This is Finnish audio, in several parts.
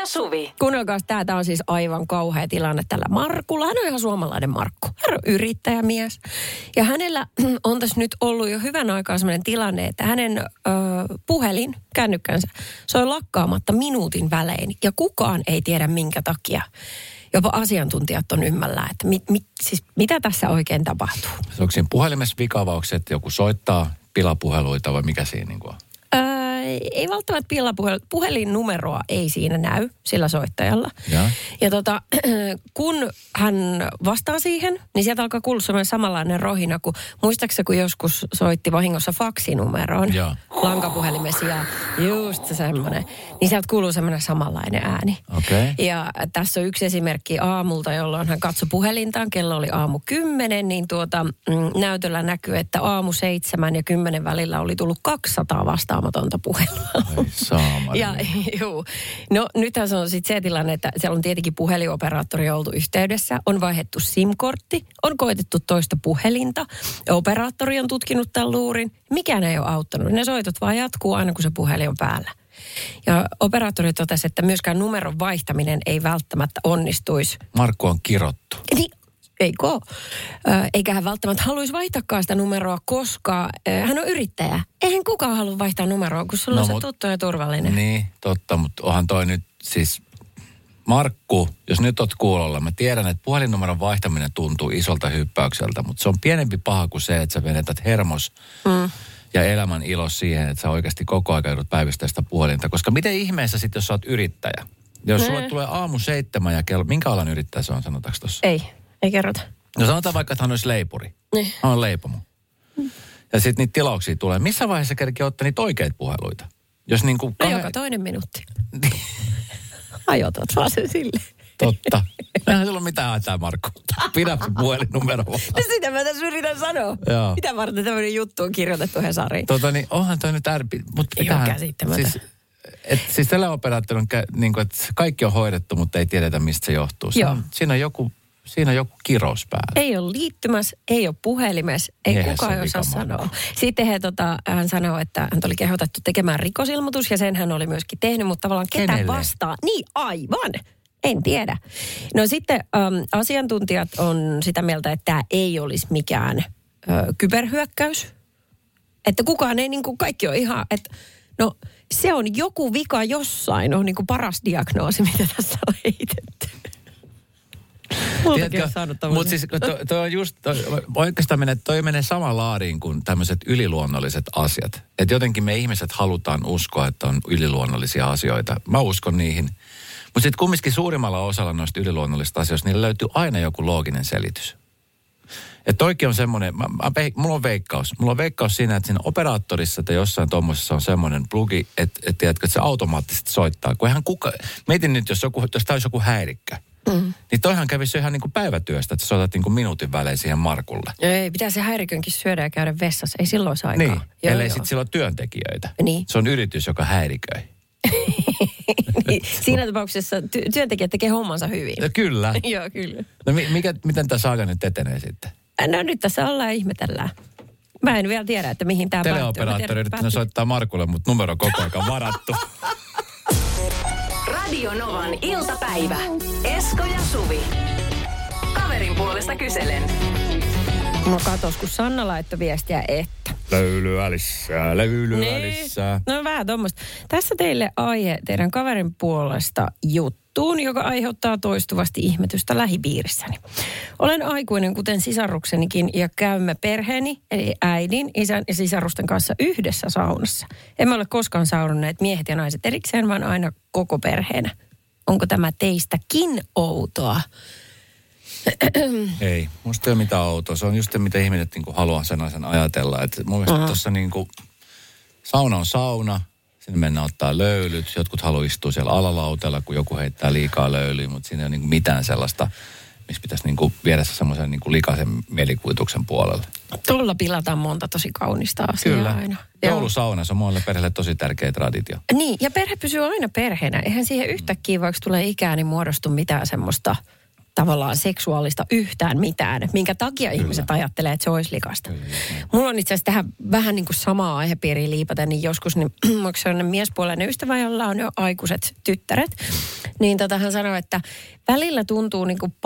Suvi. Kuunnelkaas, tämä on siis aivan kauhea tilanne tällä Markulla. Hän on ihan suomalainen Markku. Hän on yrittäjämies. Ja hänellä on tässä nyt ollut jo hyvän aikaa sellainen tilanne, että hänen puhelin, kännykkänsä, soi lakkaamatta minuutin välein. Ja kukaan ei tiedä minkä takia. Jopa asiantuntijat on ymmällä, että siis mitä tässä oikein tapahtuu. Onko siinä puhelimessa vikavauksia, että joku soittaa pilapuheluita vai mikä siinä niin on? Ei välttämättä puhelinnumeroa ei siinä näy sillä soittajalla. Ja kun hän vastaa siihen, niin sieltä alkaa kuulua semmoinen samanlainen rohina, kuin muistaakseni kun joskus soitti vahingossa faksinumeroon lankapuhelimessa ja just semmoinen. Niin sieltä kuuluu semmoinen samanlainen ääni. Okay. Ja tässä on yksi esimerkki aamulta, jolloin hän katsoi puhelintaan, kello oli 10:00, niin näytöllä näkyy, että 7 ja 10 välillä oli tullut 200 vastaamatonta puhelua. No nythän se on sitten se tilanne, että siellä on tietenkin puhelinoperaattori oltu yhteydessä, on vaihdettu SIM-kortti, on koetettu toista puhelinta, operaattori on tutkinut tämän luurin, mikään ei ole auttanut. Ne soitot vaan jatkuu aina, kun se puhelin on päällä. Ja operaattori totesi, että myöskään numeron vaihtaminen ei välttämättä onnistuisi. Markku on kirottu. Niin, eikö? Eikä hän välttämättä haluaisi vaihtakaan sitä numeroa, koska hän on yrittäjä. Eihän kukaan halua vaihtaa numeroa, kun sulla on se tuttu ja turvallinen. Niin, totta, mutta onhan toi nyt siis... Markku, jos nyt oot kuulolla, mä tiedän, että puhelinnumeron vaihtaminen tuntuu isolta hyppäykseltä, mutta se on pienempi paha kuin se, että sä venetät hermos ja elämän ilo siihen, että sä oikeasti koko ajan joudut päivistämään sitä puhelinta. Koska miten ihmeessä sitten, jos sä oot yrittäjä? Jos sulle tulee 7:00 ja kello... Minkä alan yrittäjä se on, sanotaanko tossa? Ei kerrota. No sanotaan vaikka, että hän olisi leipuri. Niin. Hän on leipomo. Ja sitten niitä tilauksia tulee. Missä vaiheessa kerkeä ottaa niitä oikeita puheluita? Jos niinku... joka toinen minuutti. Ajotat vaan sen sille. Totta. Eihän sulla ole mitään hätää, Markku. Pidä se puhelinnumero vaan. No sitä mä tässä yritän sanoa. Joo. Mitä varten tämmöinen juttu on kirjoitettu Hesariin? Niin onhan toi nyt Joo, käsittämättä. Siis teleoperaattori on niin että kaikki on hoidettu, mutta ei tiedetä, mistä se johtuu. Siinä on joku kirous päällä. Ei ole liittymässä, ei ole puhelimessa, ei kukaan osaa sanoa. Sitten hän sanoi, että hän oli kehotettu tekemään rikosilmoitus ja sen hän oli myöskin tehnyt, mutta tavallaan ketä vastaa? Niin, aivan. En tiedä. No sitten asiantuntijat on sitä mieltä, että tämä ei olisi mikään kyberhyökkäys. Että kukaan ei, niin kuin kaikki on ihan, että no se on joku vika jossain, on niin kuin paras diagnoosi, mitä tässä on heitetty. Mutta siis toi on just, oikeastaan toi menee samaan laariin kuin tämmöiset yliluonnolliset asiat. Että jotenkin me ihmiset halutaan uskoa, että on yliluonnollisia asioita. Mä uskon niihin. Mutta sitten kumminkin suurimmalla osalla noista yliluonnollisista asioista, niillä löytyy aina joku looginen selitys. Että toikin on semmoinen, mulla on veikkaus. Mulla on veikkaus siinä, että siinä operaattorissa tai jossain tuommoisessa on semmoinen plugi, että se automaattisesti soittaa. Kun eihän mietin nyt, jos tämä olisi joku häirikkä. Niin toihan kävisi ihan niin kuin päivätyöstä, että soitat niin kuin minuutin välein siihen Markulle. Ei, pitää se häirikönkin syödä ja käydä vessassa. Ei silloin saa aikaa. Niin, ellei sitten sillä ole työntekijöitä. Niin. Se on yritys, joka häiriköi. Niin, siinä tapauksessa työntekijät tekee hommansa hyvin. No, kyllä. Joo, kyllä. No miten tämä saaga nyt etenee sitten? No nyt tässä ollaan ja ihmetellään. Mä en vielä tiedä, että mihin tämä päättyy. Teleoperaattori yrittää soittaa Markulle, mutta numero koko ajan varattu. Radio Novan iltapäivä. Esko ja Suvi. Kaverin puolesta kyselen. No katos, kun Sanna laittoi viestiä, että... Löylyä lisää. No vähän tuommoista. Tässä teille aihe teidän kaverin puolesta juttuun, joka aiheuttaa toistuvasti ihmetystä lähipiirissäni. Olen aikuinen, kuten sisaruksenikin, ja käymme perheeni, eli äidin, isän ja sisarusten kanssa yhdessä saunassa. Emme ole koskaan saunonneet miehet ja naiset erikseen, vaan aina koko perheenä. Onko tämä teistäkin outoa? Ei, musta ei ole mitään outoa. Se on just se, mitä ihmiset niin haluaa sellaisen ajatella. Että mun mielestä tuossa niin sauna on sauna, sinne mennään ottaa löylyt. Jotkut haluaa istua siellä alalautella, kun joku heittää liikaa löylyä, mutta siinä ei ole niin mitään sellaista, missä pitäisi niin viedä se semmoisen niin likaisen mielikuvituksen puolelle. Tuolla pilataan monta tosi kaunista asiaa. Kyllä. Aina. Joulusauna, se on monelle perheelle tosi tärkeä traditio. Niin, ja perhe pysyy aina perheenä. Eihän siihen yhtäkkiä, vaikka tulee ikää, niin muodostu mitään semmoista tavallaan seksuaalista yhtään mitään. Minkä takia ihmiset ajattelee, että se olisi likasta. Mulla on itse asiassa tähän vähän niin kuin samaa aihepiiriä liipaten, niin joskus niin onko sellainen miespuolinen ystävä, jolla on jo aikuiset tyttäret. Niin hän sanoi, että välillä tuntuu niin kuin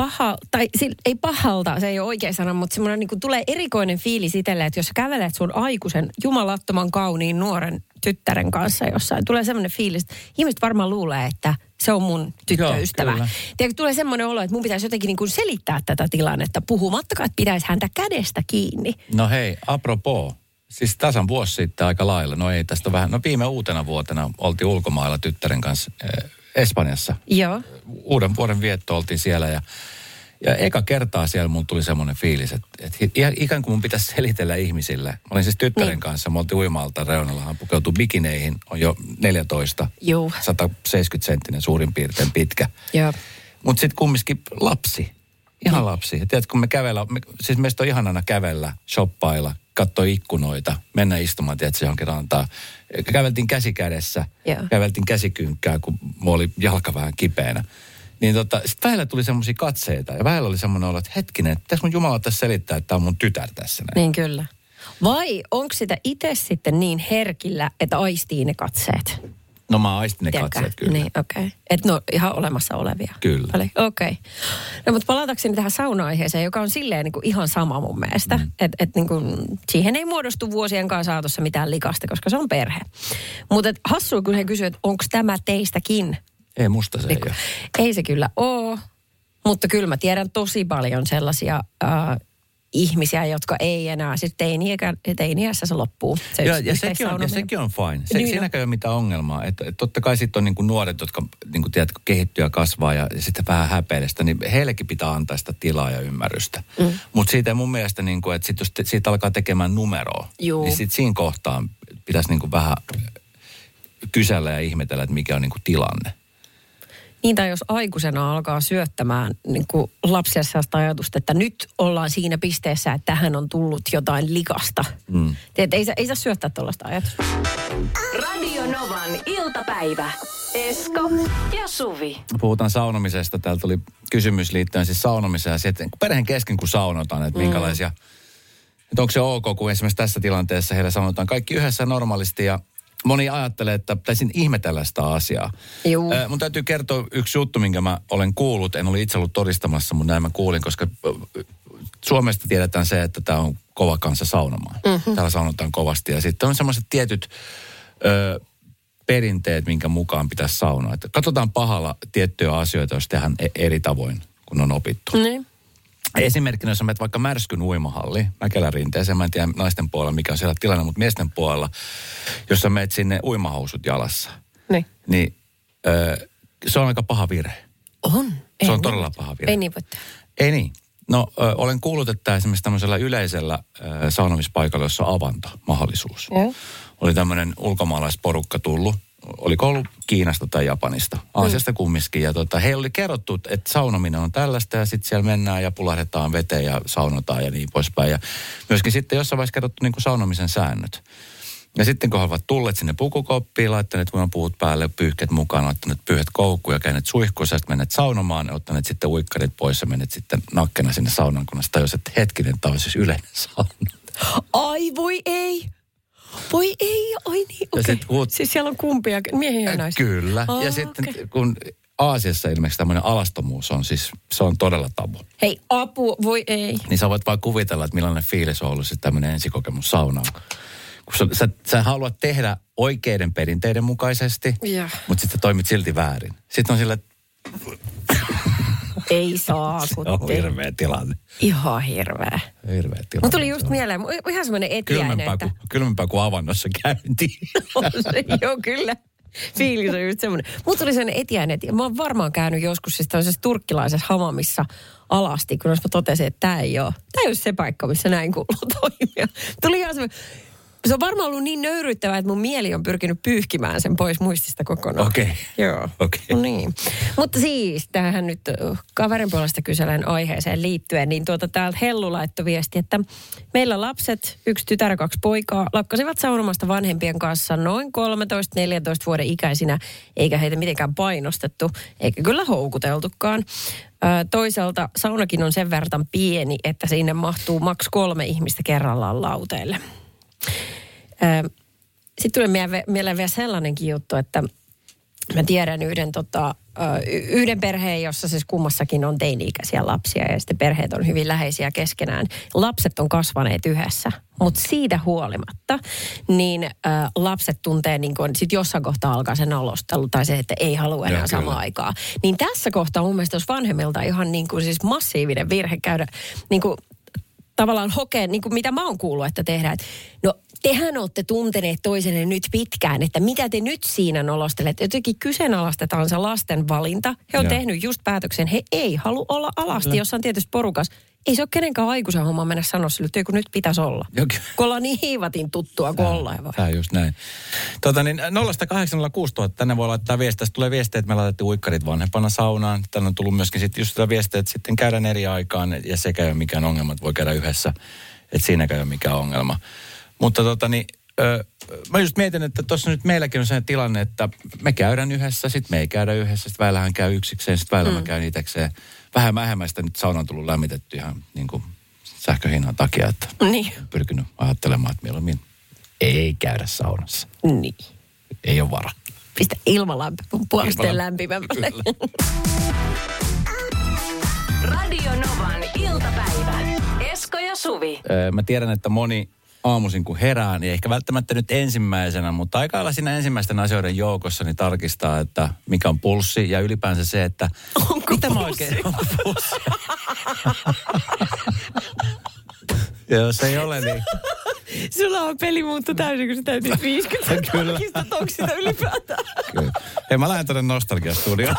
ei pahalta, se ei ole oikea sana, mutta semmoinen niin kuin tulee erikoinen fiilis itselle, että jos sä kävelet sun aikuisen jumalattoman kauniin nuoren tyttären kanssa jossain, tulee semmoinen fiilis, että ihmiset varmaan luulee, että se on mun tyttöystävä. Tiedätkö, tulee semmoinen olo, että mun pitäisi jotenkin niin kuin selittää tätä tilannetta, puhumattakaan, että pitäisi häntä kädestä kiinni. No hei, apropos. Siis tasan vuosi sitten aika lailla, no ei tästä vähän, no viime uutena vuotena oltiin ulkomailla tyttären kanssa Espanjassa. Joo. Uuden vuoden vietto oltiin siellä ja eka kertaa siellä mun tuli semmoinen fiilis, että ikään kuin mun pitäisi selitellä ihmisille. Mä olin siis tyttären kanssa, me oltiin uimalta reunalla, hän pukeutui bikineihin, on jo 14, 170-senttinen suurin piirtein pitkä. Mutta sitten kumminkin lapsi, ihan lapsi. Ja tiedätkö, kun me kävellä, siis meistä on ihanana kävellä, shoppailla, katsoa ikkunoita, mennä istumaan, tiedätkö, johonkin rantaan. Käveltiin käsi kädessä, käveltiin käsikynkkää, kun mulla oli jalka vähän kipeänä. Niin sitten vähellä tuli semmoisia katseita ja vähellä oli semmoinen olo, että hetkinen, pitäis mun Jumala tässä selittää, että tämä on mun tytär tässä näin. Niin kyllä. Vai onko sitä itse sitten niin herkillä, että aistii ne katseet? No mä aistin ne katseet kyllä. Niin, okei. Että no ihan olemassa olevia. Kyllä. Okei. No mutta palatakseni tähän sauna-aiheeseen, joka on silleen niin kuin ihan sama mun mielestä. Että niin kuin siihen ei muodostu vuosien kanssa saatossa mitään likasta, koska se on perhe. Mutta hassua, kun he kysyvät, että onko tämä teistäkin? Ei, musta se ei ole. Ei se kyllä ole, mutta kyllä mä tiedän tosi paljon sellaisia ihmisiä, jotka ei enää, sitten teiniässä se loppuu. Ja sekin on fine. Siinäkään ei ole mitään ongelmaa. Että totta kai sitten on niinku nuoret, jotka niinku tiedätkö, kehittyy ja kasvaa ja sitten vähän häpeilestä, niin heillekin pitää antaa sitä tilaa ja ymmärrystä. Mutta siitä mun mielestä, niinku, että sit jos siitä alkaa tekemään numeroa, niin sitten siinä kohtaa pitäisi niinku vähän kysellä ja ihmetellä, että mikä on niinku tilanne. Niin, tai jos aikuisena alkaa syöttämään niin kuin lapsia sellaista ajatusta, että nyt ollaan siinä pisteessä, että tähän on tullut jotain likasta. Ei saa syöttää tuollaista ajatusta. Radio Novan iltapäivä. Esko ja Suvi. Puhutaan saunomisesta. Täällä tuli kysymys liittyen siis saunomiseen ja sitten perheen kesken kun saunotaan, että minkälaisia... Että onko se ok, kun esimerkiksi tässä tilanteessa heillä sanotaan kaikki yhdessä normaalisti ja moni ajattelee, että pitäisin ihmetellä sitä asiaa. Mun täytyy kertoa yksi juttu, minkä mä olen kuullut. En ole itse ollut todistamassa, mutta näin mä kuulin, koska Suomesta tiedetään se, että tää on kova kansa saunomaan. Täällä saunotaan kovasti ja sitten on semmoiset tietyt perinteet, minkä mukaan pitäisi saunoa. Että katsotaan pahalla tiettyjä asioita, jos tehdään eri tavoin, kun on opittu. Niin. Esimerkkinä, jos menet vaikka Märskyn uimahalli, Mäkelärinteeseen, mä en tiedä naisten puolella, mikä on siellä tilanne, mutta miesten puolella, jos sä menet sinne uimahousut jalassa, niin se on aika paha virhe. On? Se on todella paha virhe. Ei niin voi tehdä. Ei niin. No, olen kuullut, että esimerkiksi tämmöisellä yleisellä saunomispaikalla, jossa on avanta-mahdollisuus. Oli tämmöinen ulkomaalaisporukka tullut. Oliko ollut Kiinasta tai Japanista, Aasiasta kumminkin. Ja heillä oli kerrottu, että saunominen on tällaista ja sitten siellä mennään ja pulahdetaan veteen ja saunotaan ja niin poispäin. Ja myöskin sitten jossain vaiheessa kerrottu niin kuin saunomisen säännöt. Ja sitten kun he ovat tulleet sinne pukukoppiin, laittaneet puut päälle, pyyhket mukaan, laittaneet pyyhet koukkuun ja käyneet suihkuissa, sitten menneet saunomaan, ottaneet sitten uikkarit pois ja menneet sitten nakkena sinne saunan, kun tajusivat, että hetkinen, tämä on siis yleinen sauna. Ai voi ei! Voi ei, oi niin, okei. Siis siellä on kumpia, miehiä ja naisia. Kyllä, ja sitten kun Aasiassa ilmeisesti tämmöinen alastomuus on, siis se on todella tabu. Hei, apu, voi ei. Niin sä voit vaan kuvitella, että millainen fiilis on ollut sitten tämmöinen ensikokemus saunaan. Kun sä haluat tehdä oikeiden perinteiden mukaisesti, mutta sitten toimit silti väärin. Sitten on sillä, ei saa, kun on hirveä tilanne. Ihan hirveä. Hirveä tilanne. Mun tuli just mieleen, ihan semmoinen etiäinen, että... Kylmempää kuin avannossa käyntiin. Joo, kyllä. Fiilis on just semmoinen. Mun tuli semmoinen etiäinen, että mä oon varmaan käynyt joskus siis tällaisessa turkkilaisessa hamamissa alasti, kun mä totesin, että tämä ei ole se paikka, missä näin kuuluu toimia. Tuli ihan semmoinen... Se on varmaan ollut niin nöyryttävää, että mun mieli on pyrkinyt pyyhkimään sen pois muistista kokonaan. Okei. Joo. Okei. No niin. Mutta siis, tähän nyt kaverin puolesta kyselen aiheeseen liittyen, niin täältä Hellu laittoi viesti, että meillä lapset, 1 tytär ja 2 poikaa, lakkasivat saunomasta vanhempien kanssa noin 13-14 vuoden ikäisinä, eikä heitä mitenkään painostettu, eikä kyllä houkuteltukaan. Toisaalta saunakin on sen verran pieni, että sinne mahtuu maks 3 ihmistä kerrallaan lauteille. Sitten tulee mieleen vielä sellainenkin juttu, että mä tiedän yhden perheen, jossa siis kummassakin on teini-ikäisiä lapsia ja sitten perheet on hyvin läheisiä keskenään. Lapset on kasvaneet yhdessä, mutta siitä huolimatta niin lapset tuntee niin kuin, sit jossain kohtaa alkaa se nolostelu tai se, että ei halua enää samaan aikaan. Niin tässä kohtaa mun mielestä olisi vanhemmilta ihan niin kuin siis massiivinen virhe käydä niin kuin tavallaan hokeen, niin kuin mitä mä oon kuullut, että tehdään. No, tehän olette tunteneet toisenne nyt pitkään, että mitä te nyt siinä nolostelette. Jotenkin kyseenalaistetaan se lasten valinta. He on tehnyt just päätöksen, he ei halua olla alasti jossain tietysti porukas. Ei se ole kenenkään aikuisen homma mennä sanoa sille, kun nyt pitäisi olla. Kun ollaan niin hiivatin tuttua kuin ollaan. Tämä just näin. 0806000, tänne voi laittaa viestiä. Tästä tulee viestiä, että me laitettiin uikkarit vanhempana saunaan. Tänne on tullut myöskin sitten just viestiä, että sitten käydään eri aikaan ja sekä ei ole mikään ongelma, että voi käydä yhdessä. Että siinäkään ei ole mikään ongelma. Mutta mä just mietin, että tuossa nyt meilläkin on sellainen tilanne, että me käydään yhdessä, sitten me ei käydä yhdessä, sitten väillähän käy yksikseen, sitten väillä mä käyn itsekseen. Vähän vähemmän sitä nyt sauna on tullut lämmitetty ihan niin kuin sähköhinnan takia, että pyrkinyt ajattelemaan, että mieluummin ei käydä saunassa. Niin. Ei ole vara. Pistä ilmalämpö puolusteen lämpimämmälle. Radio Novan iltapäivä. Esko ja Suvi. Mä tiedän, että moni aamuisin kun herää, niin ehkä välttämättä nyt ensimmäisenä, mutta aika lailla siinä ensimmäisten asioiden joukossa niin tarkistaa, että mikä on pulssi ja ylipäänsä se, että onko mitä mä oikein on pulssi. Ja jos ei ole, niin sulla on peli muuttu täysin, kun sä täytit 50 tarkistat, onko sitä ylipäätään? Kyllä. Hei, mä lähden tuonne Nostalgia-studioon.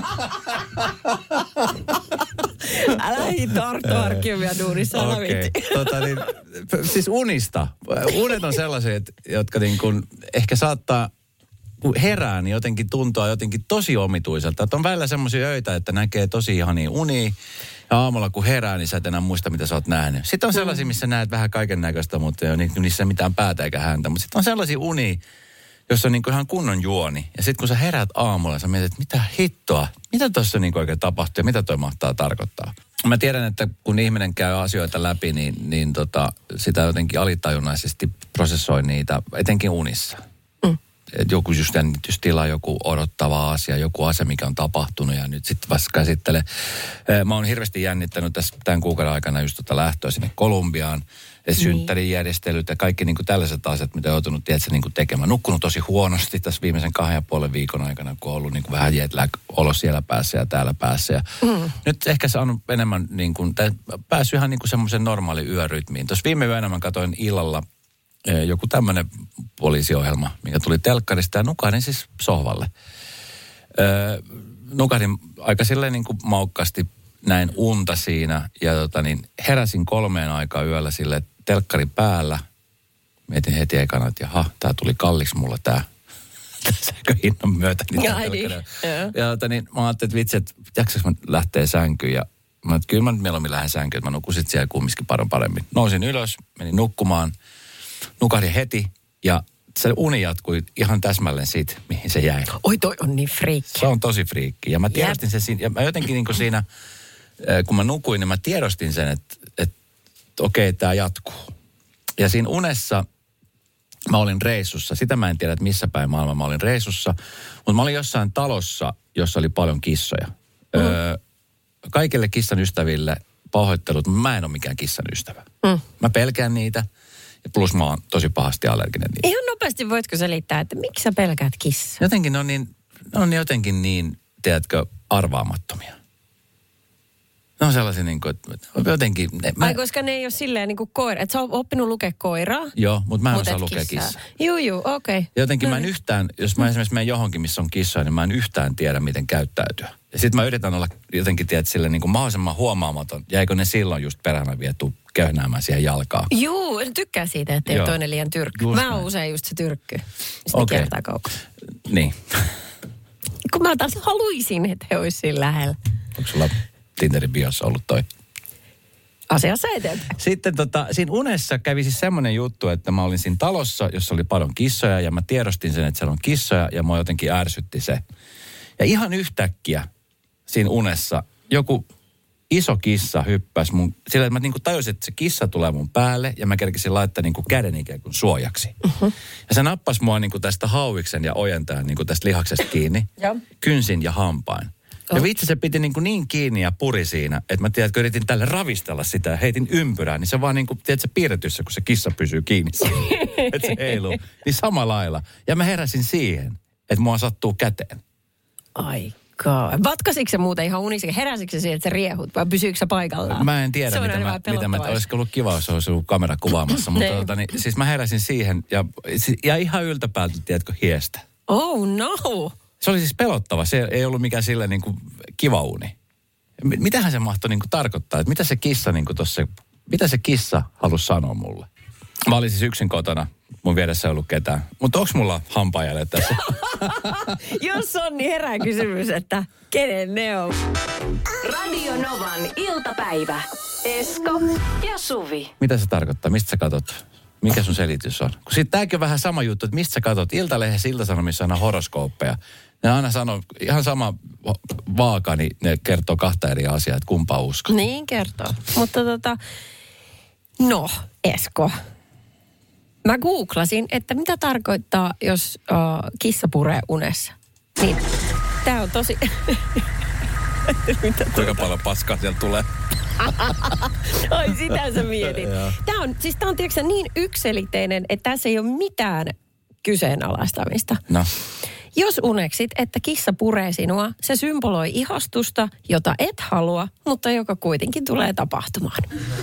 Älä tarttu arkiovia duunissa, älä viitti. Siis unista. Unet on sellaiset, jotka niin kuin ehkä saattaa, kun herää, niin jotenkin tuntua jotenkin tosi omituiselta. Että on välillä semmoisia öitä, että näkee tosi ihania unia. Ja aamulla kun herää, niin sä et enää muista, mitä sä oot nähnyt. Sitten on sellaisia, missä näet vähän kaiken näköistä, mutta ei ole niissä mitään päätä eikä häntä. Mutta sitten on sellaisia unia, jossa on niinku ihan kunnon juoni. Ja sitten kun sä heräät aamulla, sä mietit, että mitä hittoa, mitä tuossa niinku oikein tapahtuu ja mitä toi mahtaa tarkoittaa. Mä tiedän, että kun ihminen käy asioita läpi, niin sitä jotenkin alitajunnaisesti prosessoi niitä, etenkin unissa. Että joku just jännitystila, joku odottava asia, joku asia, mikä on tapahtunut ja nyt sitten vasta käsittelee. Mä oon hirveästi jännittänyt tämän kuukauden aikana just lähtöä sinne Kolumbiaan. Synttärijärjestelyt ja kaikki niin kuin tällaiset asiat, mitä on joutunut niin kuin tekemään. Nukkunut tosi huonosti tässä viimeisen 2,5 viikon aikana, kun on ollut niin kuin vähän jet-lag-olo siellä päässä ja täällä päässä. Ja nyt ehkä saanut enemmän, niin kuin, päässyt ihan niin kuin semmoisen normaali yörytmiin. Tuossa viime yönä mä katsoin illalla joku tämmöinen poliisiohjelma, mikä tuli telkkarista ja nukahdin siis sohvalle. Nukahdin aika silleen niin kuin maukkaasti, näin unta siinä ja heräsin 3 aikaa yöllä sille telkkari päällä. Mietin heti ekana, että jaha, tää tuli kalliiksi mulla tää sähköhinnan myötä. Ja mä ajattelin, että vitsi, että jaksaks mä lähteä sänkyyn ja mä että kyllä mä nyt mieluummin lähden sänkyyn, että mä nukusin siellä kumminkin paremmin. Nousin ylös, menin nukkumaan, nukahdin heti ja se uni jatkui ihan täsmälleen siitä, mihin se jäi. Oi toi on niin friikki. Se on tosi friikki ja mä tiedostin sen siinä ja mä jotenkin niin kuin siinä kun mä nukuin, niin mä tiedostin sen, että okei, tää jatkuu. Ja siinä unessa mä olin reissussa. Sitä mä en tiedä, että missä päin maailmaa mä olin reissussa. Mutta mä olin jossain talossa, jossa oli paljon kissoja. Kaikille kissan ystäville pahoittelut, mutta mä en ole mikään kissan ystävä. Mä pelkään niitä. Ja plus mä oon tosi pahasti allerginen niitä. Ihan nopeasti voitko selittää, että miksi sä pelkäät kissaa? Jotenkin ne on jotenkin niin, tiedätkö, arvaamattomia. Ne on sellaisia niin kuin, että jotenkin... koska ne ei ole silleen niin kuin koira. Että sä oot oppinut lukea koiraa. Joo, mutta mä en osaa lukea kissaa. Juu, okei. Jotenkin mä en yhtään, jos mä esimerkiksi menen johonkin, missä on kissoja, niin mä en yhtään tiedä, miten käyttäytyä. Ja sit mä yritän olla jotenkin, tiedät, silleen niin kuin mahdollisimman huomaamaton. Ja eikö ne silloin just perhana vie tuu köhnäämään siihen jalkaan? Juu, tykkää siitä, että ei ole toinen liian tyrkky. Mä oon usein just se tyrkky. Sitten kiertää kaukaa. Niin. Kun mä taas haluaisin, että he olisi siinä lähellä. Onko sulla Tinderin biossa ollut toi? Asiassa eteenpäin. Sitten siinä unessa kävi siis semmoinen juttu, että mä olin siinä talossa, jossa oli paljon kissoja ja mä tiedostin sen, että siellä on kissoja ja mua jotenkin ärsytti se. Ja ihan yhtäkkiä siinä unessa joku iso kissa hyppäsi mun, sillä että mä niinku tajusin, että se kissa tulee mun päälle ja mä kerkisin laittaa niinku käden ikään kuin suojaksi. Ja se nappasi mua niinku tästä hauiksen ja ojentajan niinku tästä lihaksesta kiinni, kynsin ja hampain. Ja vitsi, se piti niin kiinni ja puri siinä, että mä tiedän, että kun yritin tälle ravistella sitä ja heitin ympyrään, niin se vaan tiedätkö, piirretyssä, kun se kissa pysyy kiinni. Että se heiluu. Niin samalla lailla. Ja mä heräsin siihen, että mua sattuu käteen. Vatkasitko se muuten ihan unissa? Heräsikö se siihen, että se riehut vai pysyykö se paikallaan? Mä en tiedä, olisiko ollut kiva, jos olisi ollut kamera kuvaamassa. Mutta siis mä heräsin siihen ja ihan yltäpäältä, tiedätkö, hiestä. Oh no! Se oli siis pelottava. Se ei ollut mikään silleen niin kuin kiva uni. Mitähän se mahtoi niin kuin tarkoittaa? Että mitä se kissa niin kuin tossa, mitä se kissa halusi sanoa mulle? Mä olin siis yksin kotona. Mun vieressä ei ollut ketään. Mutta onko mulla hampaajalle tässä? Jos on, niin herää kysymys, että kenen ne on? Radio Novan iltapäivä. Esko ja Suvi. Mitä se tarkoittaa? Mistä sä katot? Mikä sun selitys on? Kun sitten tämäkin on vähän sama juttu, että mistä sä katot? Iltalehdessä Ilta-Sanomissa aina horoskooppeja. Ne aina sanoo, ihan sama vaaka, niin ne kertoo kahta eri asiaa, että kumpaa uskot. Niin kertoo. Mutta Esko. Mä googlasin, että mitä tarkoittaa, jos kissa puree unessa. Niin, tää on tosi... Kuinka paljon paskaa sieltä tulee? Ai, sitä sä mietit. Tää on tiedätkö niin yksiselitteinen, että tässä ei ole mitään kyseenalaistamista. No. Jos uneksit, että kissa puree sinua, se symboloi ihastusta, jota et halua, mutta joka kuitenkin tulee tapahtumaan.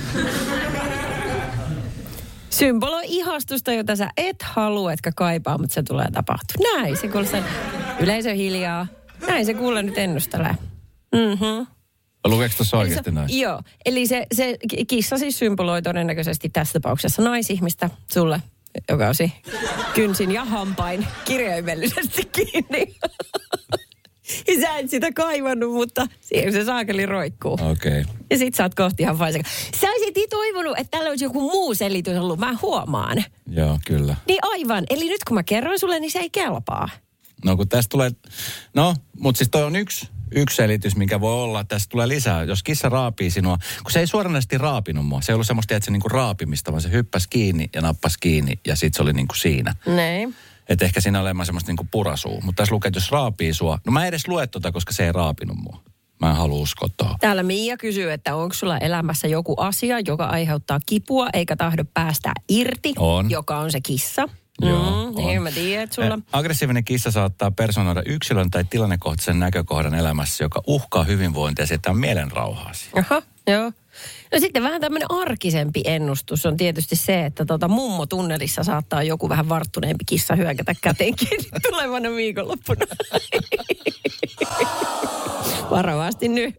Symboloi ihastusta, jota sä et halua, etkä kaipaa, mutta se tulee tapahtumaan. Näin se kuulostaa. Yleisö hiljaa. Näin se kuulee nyt ennustelee. Lukeeko tuossa oikeasti näin? Joo. Eli se kissa siis symboloi todennäköisesti tässä tapauksessa naisihmistä sulle, joka osi kynsin ja hampain kirjaimellisesti kiinni. Ja sä et sitä kaivannut, mutta siihen se saakeli roikkuu. Okei. Ja sit sä oot kohti ihan vaiseka. Sä olisit toivonut, että tällä olisi joku muu selitys ollut. Mä huomaan. Joo, kyllä. Niin aivan. Eli nyt kun mä kerroin sulle, niin se ei kelpaa. No kun tästä tulee... No, mutta siis toi on yksi selitys, mikä voi olla. Tästä tulee lisää. Jos kissa raapii sinua, kun se ei suoranaisesti raapinut mua. Se ei ollut semmoista, että se niinku raapimista, vaan se hyppäsi kiinni ja nappasi kiinni ja sit se oli niinku siinä. Näin. Että ehkä siinä on semmoista niinku purasua. Mutta tässä lukee, että jos raapii sua... No mä en edes lue koska se ei raapinut mua. Mä en halua uskoa tuohon. Täällä Miia kysyy, että onko sulla elämässä joku asia, joka aiheuttaa kipua eikä tahdo päästä irti, joka on se kissa. Joo, niin mä tiedän, että sulla... Aggressiivinen kissa saattaa personoida yksilön tai tilannekohtaisen näkökohdan elämässä, joka uhkaa hyvinvointia ja sieltä on mielenrauhaasi. Aha, joo. No sitten vähän tämmöinen arkisempi ennustus on tietysti se, että mummotunnelissa saattaa joku vähän varttuneempi kissa hyökätä käteenkin tulevana viikonloppuna. Varovasti nyt.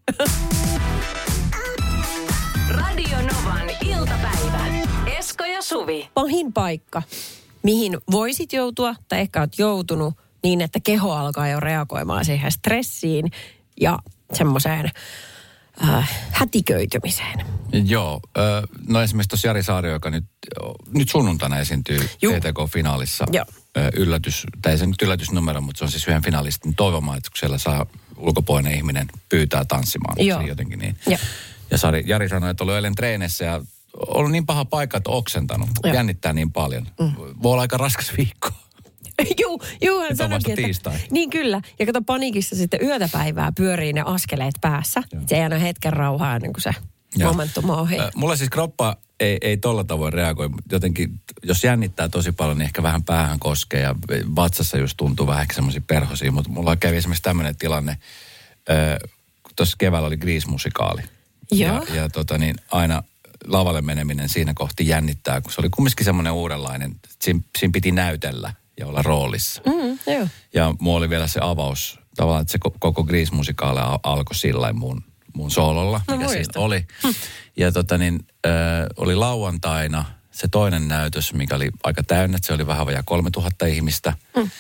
Radio Novan iltapäivä. Esko ja Suvi. Pahin paikka, mihin voisit joutua tai ehkä oot joutunut niin, että keho alkaa jo reagoimaan siihen stressiin ja semmoiseen hätiköitymiseen. Joo. No esimerkiksi tuossa Jari Saario, joka nyt sunnuntaina esiintyy ETK-finaalissa. Joo. Tai ei se nyt yllätysnumero, mutta se on siis yhden finalistin toivomaan, että kun siellä saa ulkopuolinen ihminen pyytää tanssimaan. Joo. Jotenkin niin. Ja Jari sanoi, että oli eilen treenissä ja ollut niin paha paikka, että oksentanut. Jännittää niin paljon. Voi olla aika raskas viikko. Juu, hän sanoikin, että... Niin kyllä. Ja kato, paniikissa sitten yötä päivää pyörii ne askeleet päässä. Se ei aina hetken rauhaa ennen kuin se momentum on ohi. Mulla siis kroppa ei tolla tavoin reagoi. Jotenkin, jos jännittää tosi paljon, niin ehkä vähän päähän koskee ja vatsassa just tuntuu vähän semmoisia perhosia. Mutta mulla kävi esimerkiksi tämmöinen tilanne, kun tuossa keväällä oli Grease-musikaali. Joo. Ja aina lavalle meneminen siinä kohti jännittää, kun se oli kumminkin semmoinen uudenlainen. Siinä piti näytellä ja olla roolissa. Joo. Ja mulla oli vielä se avaus, tavallaan, että se koko Grease-musikaali alkoi sillä mun soololla, mikä siinä oli. Ja oli lauantaina se toinen näytös, mikä oli aika täynnä, että se oli vähän vajaa 3000 ihmistä.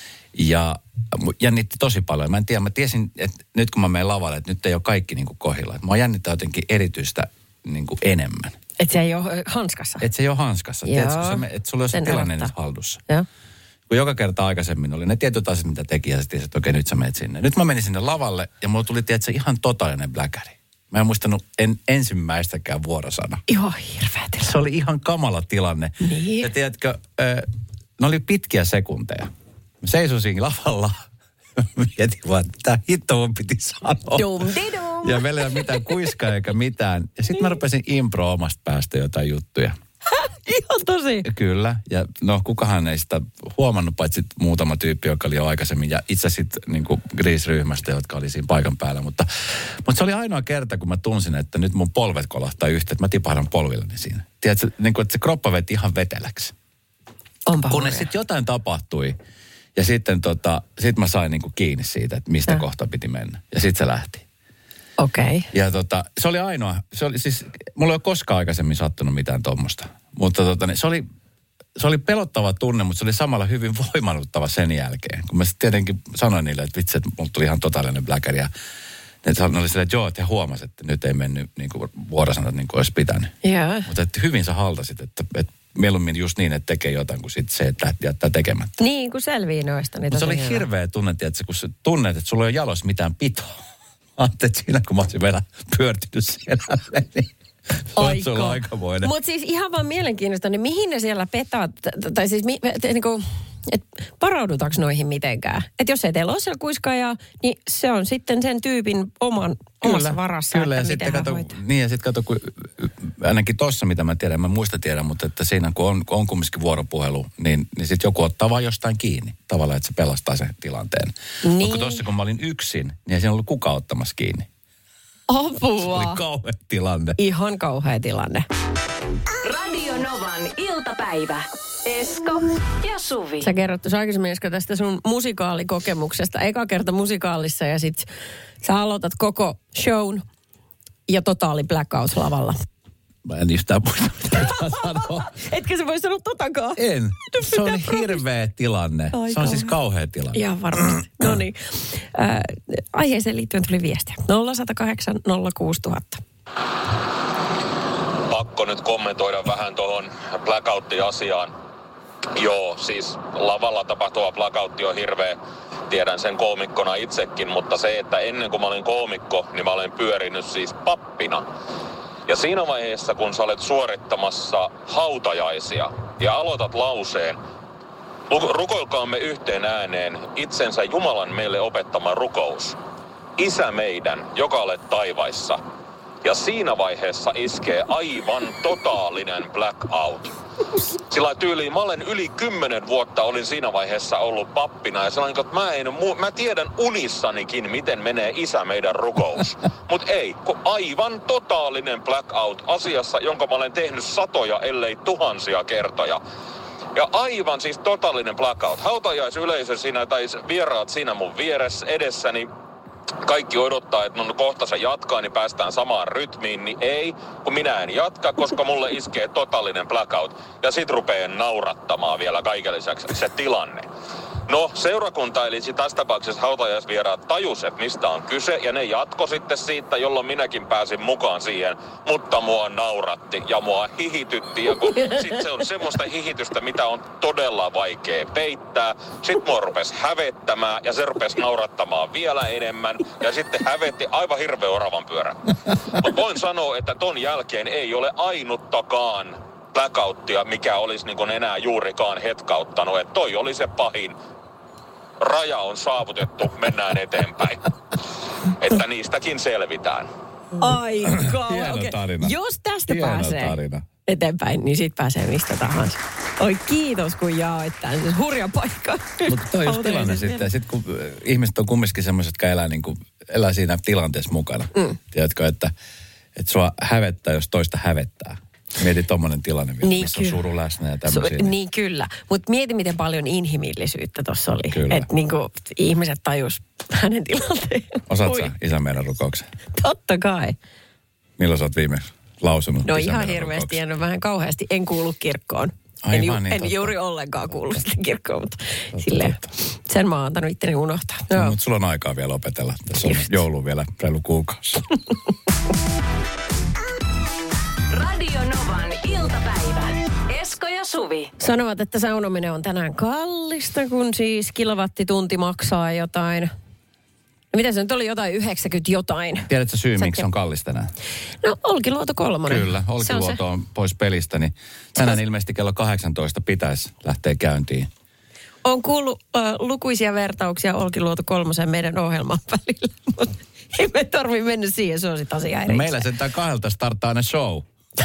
Ja jännitti tosi paljon. Mä en tiedä, mä tiesin, että nyt kun mä menen lavalle, että nyt ei ole kaikki niin kuin kohdilla. Mä jännittää jotenkin erityistä niin kuin enemmän. Että se ei ole hanskassa. Että se ei ole hanskassa. Tiedätkö, että sulla on se tilanne nyt hallussa. Joo. Kun joka kerta aikaisemmin oli ne tietyt asiat, mitä teki, ja sitten että okei, nyt sä menet sinne. Nyt mä menin sinne lavalle, ja mulla tuli, tiedätkö, ihan totaalinen bläkäri. Mä en muistanut ensimmäistäkään vuorosanaa. Ihan hirveä tilanne. Se oli ihan kamala tilanne. Niin. Ja tiedätkö, ne oli pitkiä sekunteja. Mä seisoin siinä lavalla. Mietin vaan, että mitä hitto mun piti sanoa. Dum-di-dum. Ja meillä ei ole mitään kuiskaa eikä mitään. Ja sitten mä rupesin impro omasta päästä jotain juttuja. Ihan tosi. Kyllä. Ja no kukahan ei sitä huomannut, paitsi muutama tyyppi, joka oli jo aikaisemmin. Ja itse sitten niin kuin Grease-ryhmästä, jotka oli siinä paikan päällä. Mutta se oli ainoa kerta, kun mä tunsin, että nyt mun polvet kolahtaa yhteen, että mä tipahdan polvillani siinä. Tiedätkö, niin kuin, että se kroppa veti ihan veteläksi. Onpa kunnes sitten jotain tapahtui. Ja sitten sit mä sain niin kuin kiinni siitä, että mistä kohta piti mennä. Ja sitten se lähti. Okei. Ja se oli ainoa, mulla ei ole koskaan aikaisemmin sattunut mitään tuommoista. Mutta se oli pelottava tunne, mutta se oli samalla hyvin voimannuttava sen jälkeen. Kun mä sitten tietenkin sanoin niille, että vitsi, että mulla tuli ihan totaalinen bläkäri. Ja ne oli silleen, että joo, että he huomasivat, että nyt ei mennyt niin kuin vuorosanat niin kuin olisi pitänyt. Joo. Mutta että hyvin sä haltasit, että mieluummin just niin, että tekee jotain kuin sitten se, että jättää tekemättä. Niin, kun selvii noista. Niin se oli hirveä tunne, että kun sä tunnet, että sulla ei ole jalossa mitään pitoa. Ajattelin, että siinä kun mä olisin vielä pyörtynyt selälleen, niin se on aikamoinen. Mutta siis ihan vaan mielenkiintoista, niin mihin ne siellä petaa, tai siis niinku, varaudutaanko noihin mitenkään? Että jos ei teillä ole siellä kuiskaajaa, niin se on sitten sen tyypin omassa varassa, kyllä, että ja miten hän hoitaa. Niin, ja sitten kato, kun ainakin tossa, mitä mä tiedän, mä muista tiedän, mutta että siinä kun on kumminkin vuoropuhelu, niin sitten joku ottaa vaan jostain kiinni. Tavallaan, että se pelastaa sen tilanteen. Niin. Mutta kun tossa, kun mä olin yksin, niin ei siinä ollut kukaan ottamassa kiinni. Apua. Se oli kauhea tilanne. Ihan kauhea tilanne. Radio Novan iltapäivä. Esko ja Suvi. Sä kerrot tuossa aikaisemmin, Esko, tästä sun musikaalikokemuksesta. Eka kerta musikaalissa ja sit sä aloitat koko shown ja totaali blackout lavalla. Mä en yhtään muista, mitä sanoa. Etkö sä voi sanoa totakaan? En. Se on hirveä tilanne. Se on siis kauhea tilanne. Ihan varmasti. No niin. Aiheeseen liittyen tuli viestiä. 0108 06000. Pakko nyt kommentoida vähän tuohon blackout-asiaan. Joo, siis lavalla tapahtuva blackoutti on hirveä. Tiedän sen koomikkona itsekin, mutta se, että ennen kuin mä olin koomikko, niin mä olen pyörinyt siis pappina. Ja siinä vaiheessa, kun sä olet suorittamassa hautajaisia ja aloitat lauseen, rukoilkaamme yhteen ääneen itsensä Jumalan meille opettama rukous. Isä meidän, joka olet taivaissa. Ja siinä vaiheessa iskee aivan totaalinen blackout. Sillä tyyliin mä olen yli 10 vuotta olin siinä vaiheessa ollut pappina. Ja sellainen, että mä tiedän unissanikin, miten menee isä meidän rukous. Mut ei, kun aivan totaalinen blackout asiassa, jonka mä olen tehnyt satoja, ellei tuhansia kertoja. Ja aivan siis totaalinen blackout. Hautajaisyleisö siinä tai vieraat siinä mun edessäni. Kaikki odottaa, että no kohta se jatkaa, niin päästään samaan rytmiin, niin ei, kun minä en jatka, koska mulle iskee totaalinen blackout. Ja sit rupee naurattamaan vielä kaiken lisäksi se tilanne. No, seurakunta, eli tässä tapauksessa hautajaisvieraat tajus, että mistä on kyse, ja ne jatko sitten siitä, jolloin minäkin pääsin mukaan siihen, mutta mua nauratti ja mua hihitytti, ja kun sit se on semmoista hihitystä, mitä on todella vaikea peittää. Sitten mua rupesi hävettämään, ja se rupesi naurattamaan vielä enemmän, ja sitten hävetti aivan hirveä oravan pyörä. Mutta voin sanoa, että ton jälkeen ei ole ainuttakaan blackouttia, mikä olisi niin kuin enää juurikaan hetkauttanut, että toi oli se pahin. Raja on saavutettu, mennään eteenpäin. Että niistäkin selvitään. Aika. Hieno tarina. Jos tästä Hieno pääsee tarina. eteenpäin, niin siitä pääsee mistä tahansa. Oi kiitos, kun jaoit tämän. Se hurja paikka. Mutta toi on just tilanne sitten. Sitten kun ihmiset on kumminkin semmoiset, jotka elää siinä tilanteessa mukana. Tiedätkö, että että sua hävettää, jos toista hävettää. Mieti tommonen tilanne, niin missä on suru läsnä ja tämmöisiä. Niin kyllä, mutta mieti miten paljon inhimillisyyttä tuossa oli. Kyllä. Että niinku ihmiset tajus hänen tilanteen. Osaat sä Isä meidän rukouksen? Totta kai. Milloin sä oot viimeksi lausunut No Isä ihan meidän hirveästi, rukouksen? en vähän kauheasti. En kuulu kirkkoon. En juuri ollenkaan kuulu sitten kirkkoon, mutta silleen sen mä oon antanut itteni unohtaa. No. Mutta sulla on aikaa vielä opetella. Tässä on joulu vielä reilu kuukausi. Radio Novan iltapäivä. Esko ja Suvi. Sanovat, että saunominen on tänään kallista, kun siis kilowattitunti maksaa jotain. No mitä se nyt oli, jotain 90 jotain. Tiedätkö syy, miksi on kallista tänään? No Olkiluoto 3. Kyllä, Olkiluoto on pois pelistä, niin tänään ilmeisesti kello 18 pitäisi lähteä käyntiin. On kuullut lukuisia vertauksia Olkiluoto 3 meidän ohjelman välillä, mutta ei me tarvitse mennä siihen, se on sit asia erikseen. No meillä sentään 2 starttaa ne show.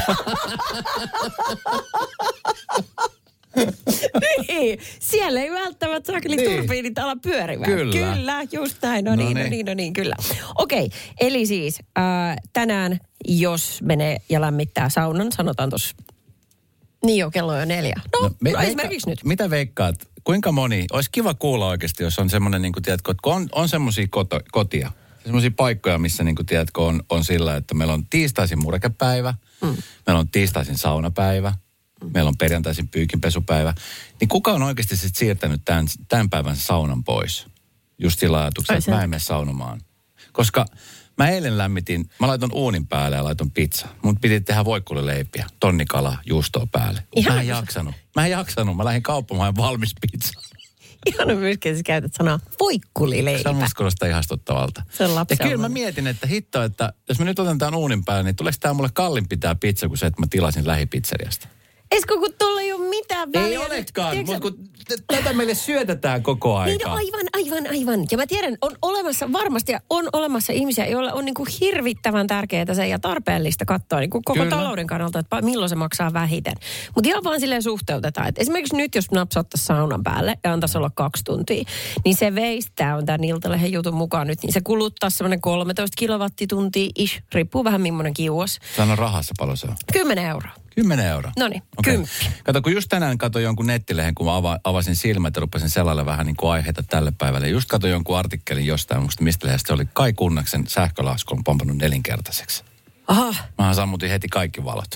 Niin, siellä ei välttämättä turbiinit ala pyörimään. Kyllä, just näin. No niin, kyllä. Okei, eli siis tänään, jos menee ja lämmittää saunan, sanotaan tuossa, niin jo, kello on jo 4. No esimerkiksi nyt. Mitä veikkaat, kuinka moni, olisi kiva kuulla oikeasti, jos on semmoinen, niin kuin tiedätkö, kun on semmoisia kotia, semmoisia paikkoja, missä niin kuin tiedätkö, on sillä, että meillä on tiistaisin murekepäivä, meillä on tiistaisin saunapäivä, meillä on perjantaisin pyykinpesupäivä. Niin kuka on oikeasti sitten siirtänyt tämän päivän saunan pois? Just sillä ajatuksella, että mä en mene saunomaan. Koska mä eilen lämmitin, mä laitoin uunin päälle ja laitoin pizza. Mun piti tehdä voikkulileipiä, tonnikala, juustoa päälle. Mä en jaksanut. Mä lähdin kauppaamaan valmis pizza. Ihana myöskin, että sä käytät sanaa voikkulileipä. Se on musta kuulostaa ihastuttavalta. Se on lapsi. Ja kyllä mä mietin, että hitto, että jos mä nyt otan tämän uunin päälle, niin tuleeko tää mulle kalliimpi tää pizza kuin se, että mä tilasin lähipizzeriasta? Esko, kun tuolla ei ole mitään väliä. Ei olekaan, mutta kun tätä meille syötetään koko aika. Niin, aivan. Ja mä tiedän, on olemassa ihmisiä, joilla on niin kuin hirvittävän tärkeää se ja tarpeellista katsoa niin kuin koko talouden kannalta, että milloin se maksaa vähiten. Mutta ihan vaan silleen suhteutetaan, että esimerkiksi nyt, jos napsauttaisi saunan päälle ja antaisi olla 2 tuntia, niin se veistää on tämän Iltalehden jutun mukaan nyt, niin se kuluttaa semmoinen 13 kilowattituntia ish, riippuu vähän millainen kiuas. Sano rahassa paljon se on. 10 euroa. 10 euroa. Noniin, okay. 10. Kato, kun just tänään katsoin jonkun nettilehen, kun mä avasin silmät ja rupesin selailla vähän niin kuin aiheita tälle päivälle. Just katsoin jonkun artikkelin jostain, mistä lehdestä se oli Kai Kunnaksen sähkölasku on pompannut 4-kertaiseksi. Aha. Mähän sammutin heti kaikki valot.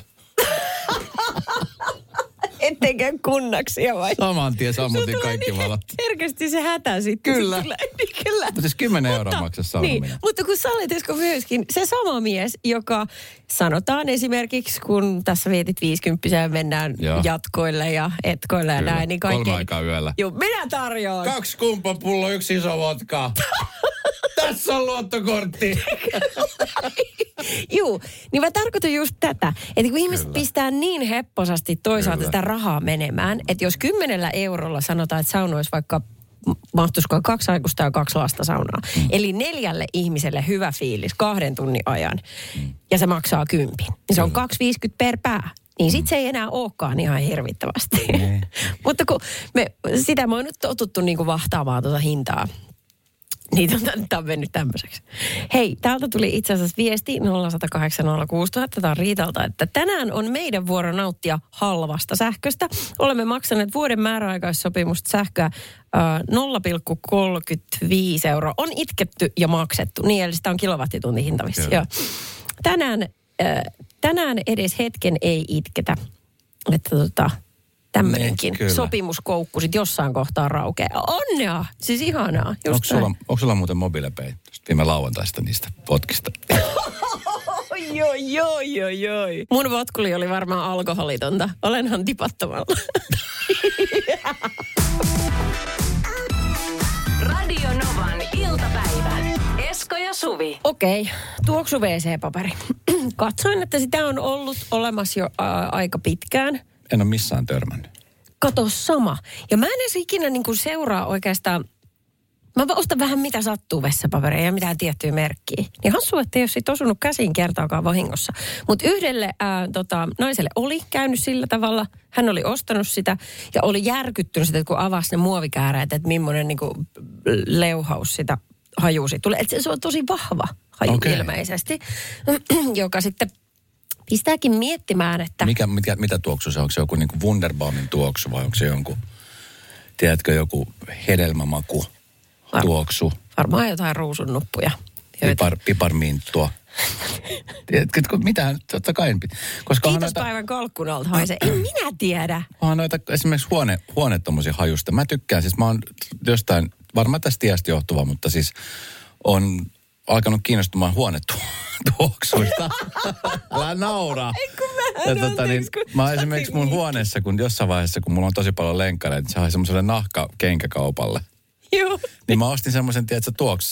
Etteikö Kunnaksia vai? Saman tien sammutin kaikki valot. Herkästi se hätä sitten. Kyllä. Kyllä. Mutta siis 10 euroa maksaa saunominen. Niin, mutta kun sä olet Esko myöskin se sama mies, joka sanotaan esimerkiksi, kun tässä vietit 50 ja mennään jatkoille ja etkoille ja näin. Niin 3 aikaa yöllä. Joo, minä tarjoan. 2 kumppapulloa, 1 iso vodka. Tässä on luottokortti. Juu, niin mä tarkoitan just tätä, että kun ihmiset pistää niin hepposasti toisaalta sitä rahaa menemään, että jos 10 eurolla sanotaan, että sauna olisi vaikka mahtuisiko 2 aikuista ja 2 lasta saunaa. Eli 4 ihmiselle hyvä fiilis 2 tunnin ajan. Ja se maksaa 10. Niin se on 2,50 per pää. Niin sit se ei enää olekaan ihan hirvittävästi. Mutta kun sitä mä oon nyt totuttu niinku vahtaamaan tuota hintaa. Niin, tämä on mennyt tämmöiseksi. Hei, täältä tuli itse asiassa viesti 0806000. Tämä on Riitalta, että tänään on meidän vuoro nauttia halvasta sähköstä. Olemme maksaneet vuoden määräaikaissopimusta sähköä 0,35 euroa. On itketty ja maksettu. Niin, eli sitä on kilowattitunti hintavissa. Joo. Tänään edes hetken ei itketä. Että tämmöinenkin sopimuskoukku sit jossain kohtaa raukeaa. Onnea! Siis ihanaa. Onko sulla muuten mobiilepei? Viime lauantaista niistä potkista. Joi. Mun votkuli oli varmaan alkoholitonta. Olenhan tipattomalla. Radio Novan iltapäivä. Esko ja Suvi. Okei, tuoksu WC-paperi. Katsoin, että sitä on ollut olemassa jo aika pitkään. En ole missään törmännyt. Kato sama. Ja mä en edes ikinä niin kuin seuraa oikeastaan. Mä ostan vähän mitä sattuu vessapaperia ja mitään tiettyä merkkiä. Niin hassu, että ei ole sit osunut käsiin kertaakaan vahingossa. Mutta yhdelle naiselle oli käynyt sillä tavalla. Hän oli ostanut sitä ja oli järkyttynyt sitä, kun avasi ne muovikääräät, että millainen niin kuin leuhaus sitä haju siitä tulee. Se on tosi vahva haju ilmeisesti, joka sitten pistääkin miettimään, että... Mitä tuoksu se on? Onko se joku niin kuin Wunderbaumin tuoksu vai onko se jonkun, tiedätkö, joku hedelmämaku tuoksu? Varmaan jotain ruusunnuppuja. Piparminttua. Tiedätkö, mitään, totta kai. Kiitospäivän kalkkunalta haisee. En minä tiedä. Onhan noita esimerkiksi huone tommosia hajusta. Mä tykkään, siis mä oon jostain, varmaan tästä tiestä johtuva, mutta siis on alkanut kiinnostumaan huonetuoksuista. Älä nauraa. Ei kun mä esimerkiksi mun huoneessa, kun jossain vaiheessa, kun mulla on tosi paljon lenkkareita, se haisi semmoiselle nahkakenkäkaupalle. Joo. Niin mä ostin semmoisen, tiedätkö,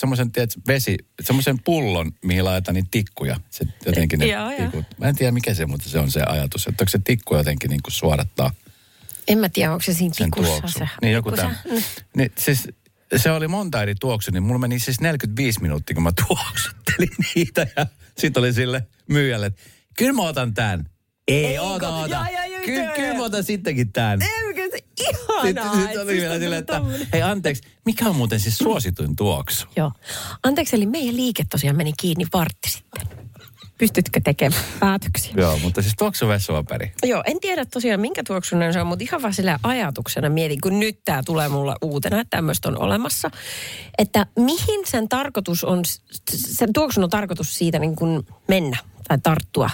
semmoisen pullon, mihin laitetaan niitä tikkuja. Se jotenkin ne tikut. Mä en tiedä, mikä se, mutta se on se ajatus. Että onko se tikku jotenkin niin kuin suodattaa. En mä tiedä, onko se siinä tikussa se. Niin joku tämän. Niin siis se oli monta eri tuoksua, niin mulla meni siis 45 minuuttia, kun mä tuoksuttelin niitä. Ja sit oli sille myyjälle, että kyllä mä otan tämän. Ei ota. Kyllä mä otan sittenkin tämän. Ihanaa. Sitten oli vielä silleen, että hei anteeksi, mikä on muuten siis suosituin tuoksu? Joo. Anteeksi, eli meidän liike tosiaan meni kiinni vartti sitten. Pystytkö tekemään päätöksiä? Joo, mutta siis tuoksu vessavaperi. Joo, en tiedä tosiaan minkä tuoksunen se on, mutta ihan vaan sillä ajatuksena mietin, kun nyt tämä tulee mulla uutena, että tämmöistä on olemassa. Että mihin sen tarkoitus on, sen tuoksun on tarkoitus siitä niin kuin mennä tai tarttua.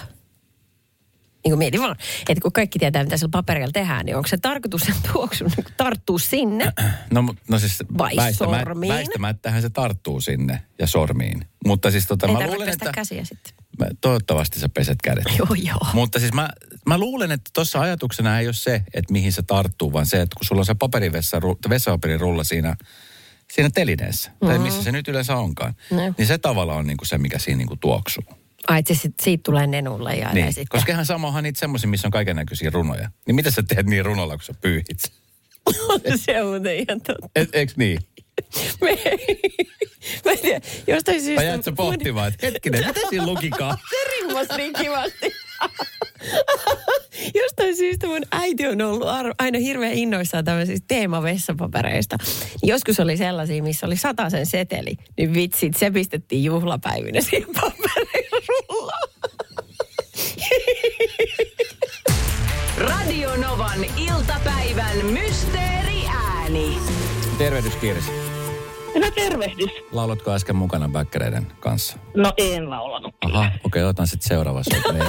Niin kuin mietin vaan, että kun kaikki tietää, mitä sillä paperilla tehdään, niin onko se tarkoitus sen tuoksun niin tarttua sinne? No siis vai sormiin? Väistämättähän se tarttuu sinne ja sormiin. Mutta siis mä luulen, että käsiä sitten. Toivottavasti sä peset kädet. Joo. Mutta siis mä luulen, että tuossa ajatuksena ei ole se, että mihin se tarttuu, vaan se, että kun sulla on se vessapaperirulla siinä telineessä, tai missä se nyt yleensä onkaan, niin se tavalla on niinku se, mikä siinä niinku tuoksuu. Ai, että siitä tulee nenulle ja niin, sitten. koska ihan samahan niitä semmoisia, missä on kaikennäköisiä runoja. Niin mitä sä teet niin runolla, kun sä pyyhit? Se on muuten ihan totta. Eiks niin? Mä en tiedä, jostain syystä... Vai jäät sä pohtimaan, että hetkinen, mitä siinä lukikaan? Se rimmasi niin kivasti. Jostain syystä mun äiti on ollut aina hirveän innoissaan tämmöisistä teemavessapapereista. Joskus oli sellaisia, missä oli 100 seteli, niin vitsit, se pistettiin juhlapäivinä siihen paperirullaan. Radio Novan iltapäivän mysteeriääni. Tervehdys, Kirsi. No tervehdys. Laulatko äsken mukana bäkkäreiden kanssa? No en laulanut. Aha, okei, otan sitten seuraava soitteen.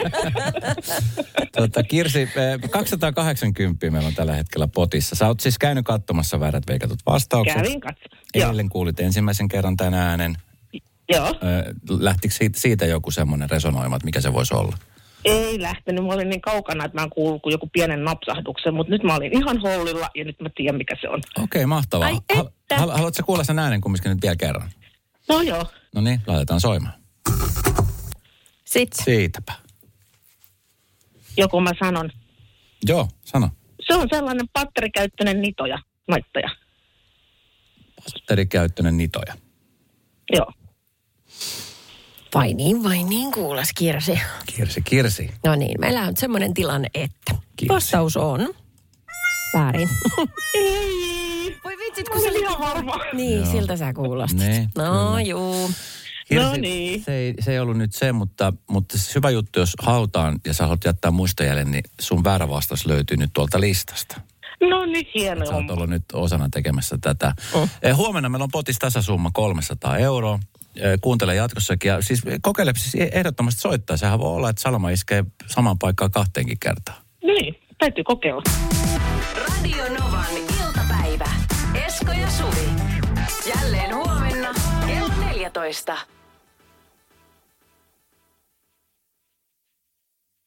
Kirsi, 280 meillä on tällä hetkellä potissa. Sä oot siis käynyt katsomassa Väärät veikatut vastaukset. Kävin katsomaan. Eilen kuulit ensimmäisen kerran tämän äänen. Joo. Lähtikö siitä joku semmoinen resonoima, että mikä se voisi olla? Ei lähtenyt. Mä olin niin kaukana, että mä en kuullut kuin joku pienen napsahduksen, mutta nyt mä olin ihan hollilla ja nyt mä tiedän, mikä se on. Okei, mahtavaa. Haluatko kuulla sen äänen kumminkin nyt vielä kerran? No joo. No niin, laitetaan soimaan. Sitten. Siitäpä. Joku mä sanon. Joo, sano. Se on sellainen patterikäyttöinen naittaja. Patterikäyttöinen nitoja. Joo. Vai niin, kuules Kirsi. Kirsi. No niin, meillä on semmoinen tilanne, että vastaus on väärin. Voi vitsit, kun se oli varma. Niin, joo. Siltä sä kuulostit. Niin, no juu. Kirsi, no niin. Se ei ollut nyt se, mutta siis hyvä juttu, jos halutaan ja sä haluat jättää muistojäljen, niin sun väärä vastaus löytyy nyt tuolta listasta. No niin, hienoa. Sä oot ollut nyt osana tekemässä tätä. Huomenna meillä on potissa tasasumma 300 €. Kuuntele jatkossakin. Ja siis kokeile siis ehdottomasti soittaa. Sehän voi olla, että Salma iskee samaan paikkaan 2 kertaa. Niin, täytyy kokeilla. Radio Novan iltapäivä. Esko ja Suvi. Jälleen huomenna kello 14.